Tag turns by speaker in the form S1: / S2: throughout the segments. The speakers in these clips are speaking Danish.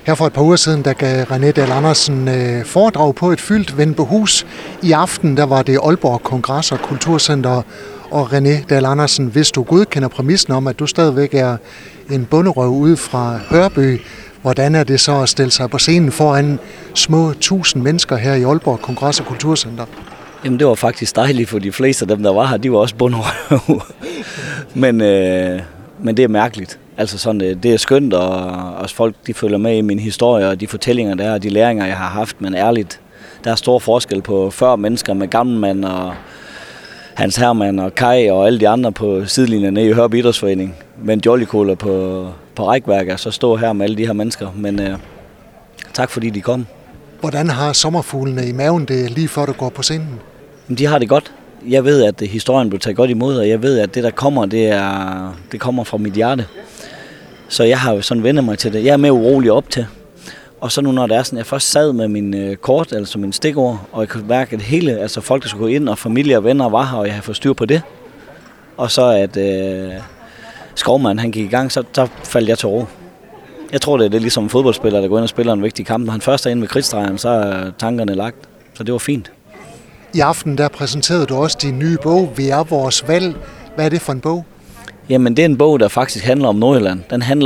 S1: Her for et par uger siden, der gav René Dahl Andersen foredrag på et fyldt Vindbøhus. I aften, der var det Aalborg Kongress- og Kulturcenter. Og René Dahl Andersen, hvis du godkender præmissen om, at du stadigvæk er en bonderøv ude fra Hørby, hvordan er det så at stille sig på scenen foran små 1000 mennesker her i Aalborg Kongress- og Kulturcenter?
S2: Jamen det var faktisk dejligt, for de fleste af dem, der var her, de var også bonderøve. men det er mærkeligt. Altså sådan, det er skønt, og folk de følger med i min historie, og de fortællinger der, og de læringer, jeg har haft. Men ærligt, der er stor forskel på 40 mennesker med Gammelmand og Hans Hermann og Kai og alle de andre på sidelinjen nede i Hørby Idrætsforening. Med en jolly-cola på rækværket, så stå her med alle de her mennesker. Men tak fordi de kom. Hvordan har sommerfuglene i maven det lige før du går på scenen? De har det godt. Jeg ved, at historien blev taget godt imod, og jeg ved, at det der kommer, det kommer fra mit hjerte. Så jeg har jo sådan vendt mig til det. Jeg er mere urolig op til. Og så nu når det er sådan, jeg først sad med min kort, altså min stikord, og jeg kunne mærke, at hele, altså folk der skulle gå ind, og familie og venner var her, og jeg havde fået styr på det. Og så at Skovmand, han gik i gang, så faldt jeg til ro. Jeg tror, det er ligesom en fodboldspiller, der går ind og spiller en vigtig kamp. Når han først er inde ved kridtstregen, så er tankerne lagt. Så det var fint.
S1: I aften der præsenterede du også din nye bog, Vi er vores valg. Hvad er det for en bog?
S2: Jamen, det er en bog, der faktisk handler om Nordjylland. Den handler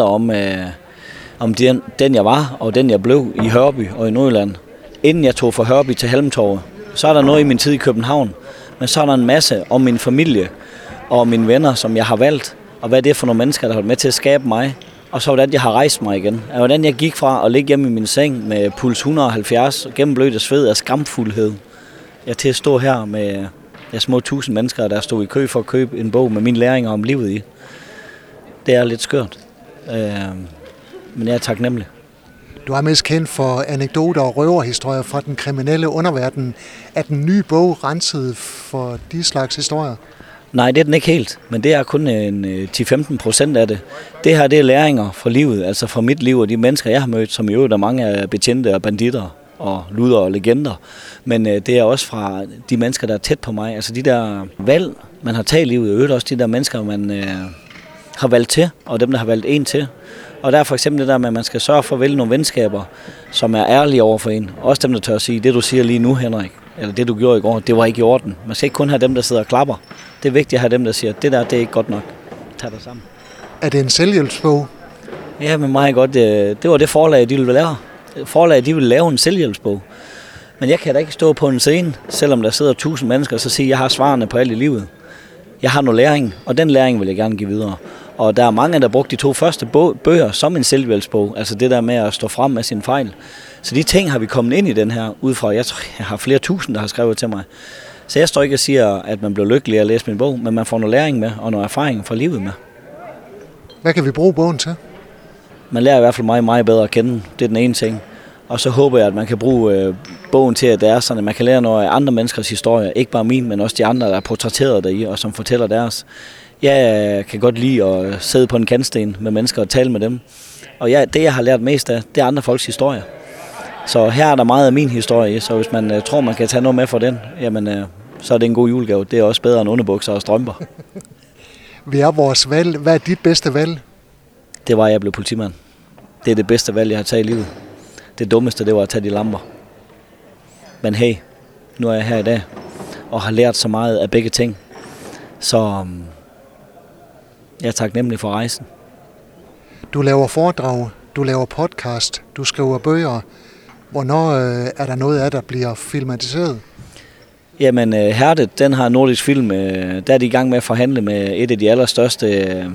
S2: om den jeg var, og den jeg blev i Hørby og i Nordjylland. Inden jeg tog fra Hørby til Halmtorvet, så er der noget i min tid i København. Men så er der en masse om min familie og mine venner, som jeg har valgt. Og hvad det er for nogle mennesker, der har været med til at skabe mig. Og så hvordan jeg har rejst mig igen. Og hvordan jeg gik fra at ligge hjemme i min seng med puls 170, gennemblødt af sved af skamfuldhed. Jeg til at stå her med små 1000 mennesker, der stod i kø for at købe en bog med mine læringer om livet i. Det er lidt skørt. Men jeg er taknemmelig.
S1: Du er mest kendt for anekdoter og røverhistorier fra den kriminelle underverden. Er den nye bog renset for de slags historier?
S2: Nej, det er den ikke helt, men det er kun 10-15% af det. Det her, det er læringer fra livet, altså fra mit liv og de mennesker, jeg har mødt, som i øvrigt er mange af betjente og banditter og luder og legender. Men det er også fra de mennesker, der er tæt på mig. Altså de der valg, man har taget i livet, og øvrigt også de der mennesker, man har valgt til, og dem, der har valgt en til. Og der er for eksempel det der med, at man skal sørge for at vælge nogle venskaber, som er ærlige over for en. Også dem, der tør at sige, det du siger lige nu, Henrik, eller det du gjorde i går, det var ikke i orden. Man skal ikke kun have dem, der sidder og klapper. Det er vigtigt at have dem, der siger, det der, det er ikke godt nok. Tag dig sammen.
S1: Er det en selvhjælpsbog?
S2: Ja, men meget godt. Det var det forlag, de ville lave. Forlaget, de ville lave en selvhjælpsbog. Men jeg kan da ikke stå på en scene, selvom der sidder 1000 mennesker, og så sige, at jeg har svarene på alt i livet. Jeg har noget læring, og den læring vil jeg gerne give videre. Og der er mange, der brugte de 2 første bøger som en selvhjælpsbog. Altså det der med at stå frem med sin fejl. Så de ting har vi kommet ind i den her ud fra. Jeg har flere tusind, der har skrevet til mig. Så jeg står ikke og siger, at man bliver lykkelig af at læse min bog, men man får noget læring med, og noget erfaring fra livet med.
S1: Hvad kan vi bruge bogen til?
S2: Man lærer i hvert fald meget, meget bedre at kende. Det er den ene ting. Og så håber jeg, at man kan bruge bogen til, at det er sådan, at man kan lære noget af andre menneskers historier. Ikke bare min, men også de andre, der er portrætteret deri, og som fortæller deres. Jeg kan godt lide at sidde på en kantsten med mennesker og tale med dem. Og det, jeg har lært mest af, det er andre folks historier. Så her er der meget af min historie, så hvis man tror, man kan tage noget med for den, jamen, så er det en god julegave. Det er også bedre end underbukser og strømper.
S1: Vi er vores valg. Hvad er dit bedste valg?
S2: Det var, at jeg blev politimand. Det er det bedste valg, jeg har taget i livet. Det dummeste, det var at tage de lamper. Men hey, nu er jeg her i dag, og har lært så meget af begge ting. Så jeg er taknemmelig for rejsen.
S1: Du laver foredrag, du laver podcast, du skriver bøger. Hvornår er der noget af, der bliver filmatiseret?
S2: Jamen, Hærdet, den har Nordisk Film, der er de i gang med at forhandle med et af de allerstørste,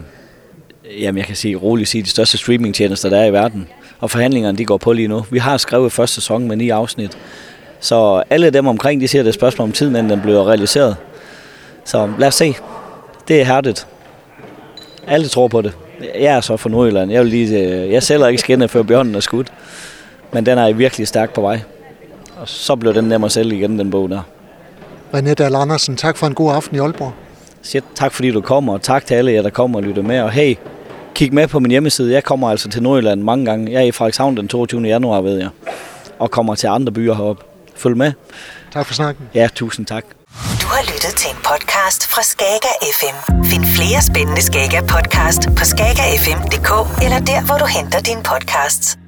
S2: jamen jeg kan roligt sige, de største streamingtjenester, der er i verden. Og forhandlingerne, de går på lige nu. Vi har skrevet første sæson med 9 afsnit. Så alle dem omkring, de siger, det er et spørgsmål om tid, men den bliver realiseret. Så lad os se. Det er Hærdet. Alle tror på det. Jeg er så fra Nordjylland. Jeg sælger ikke skinnet, før bjørnen er skudt. Men den er virkelig stærk på vej. Og så bliver den nem at sælge igen, den bog der.
S1: René Dahl Andersen, tak for en god aften i Aalborg.
S2: Tak fordi du kommer, og tak til alle jer, der kommer og lytter med. Og hey, kig med på min hjemmeside. Jeg kommer altså til Nordjylland mange gange. Jeg er i Frederikshavn den 22. januar, ved jeg. Og kommer til andre byer heroppe. Følg med.
S1: Tak for snakken.
S2: Ja, tusind tak.
S3: Du har lyttet til en podcast fra Skager FM. Find flere spændende Skager podcast på skagerfm.dk eller der, hvor du henter dine podcasts.